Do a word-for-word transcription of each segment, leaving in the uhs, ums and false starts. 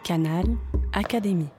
Canal Académie.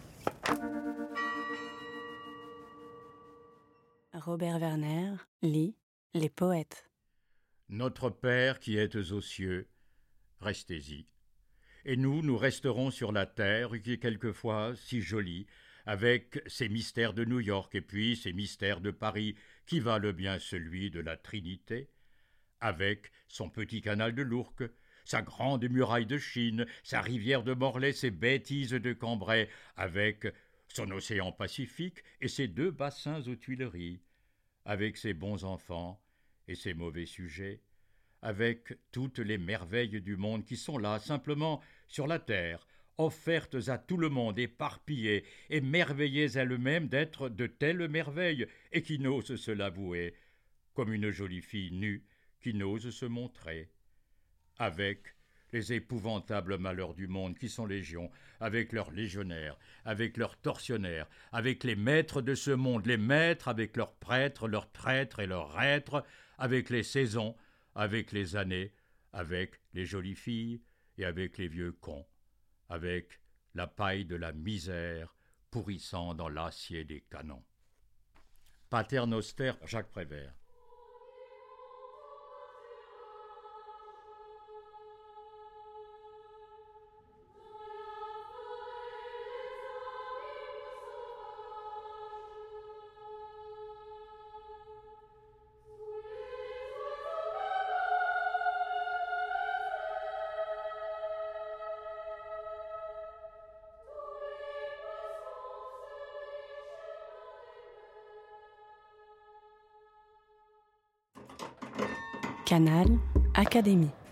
Robert Werner lit Les Poètes. Notre Père qui êtes aux cieux, restez-y. Et nous, nous resterons sur la terre qui est quelquefois si jolie, avec ses mystères de New York et puis ses mystères de Paris, qui valent bien celui de la Trinité, avec son petit canal de l'Ourcq, sa grande muraille de Chine, sa rivière de Morlaix, ses bêtises de Cambrai, avec son océan Pacifique et ses deux bassins aux Tuileries, avec ses bons enfants et ses mauvais sujets, avec toutes les merveilles du monde qui sont là, simplement sur la terre, offertes à tout le monde, éparpillées, émerveillées elles-mêmes d'être de telles merveilles, et qui n'osent se l'avouer, comme une jolie fille nue qui n'ose se montrer, avec les épouvantables malheurs du monde qui sont légions, avec leurs légionnaires, avec leurs tortionnaires, avec les maîtres de ce monde, les maîtres avec leurs prêtres, leurs traîtres et leurs reîtres, avec les saisons, avec les années, avec les jolies filles et avec les vieux cons, avec la paille de la misère pourrissant dans l'acier des canons. Pater Noster, Jacques Prévert. Canal Académie.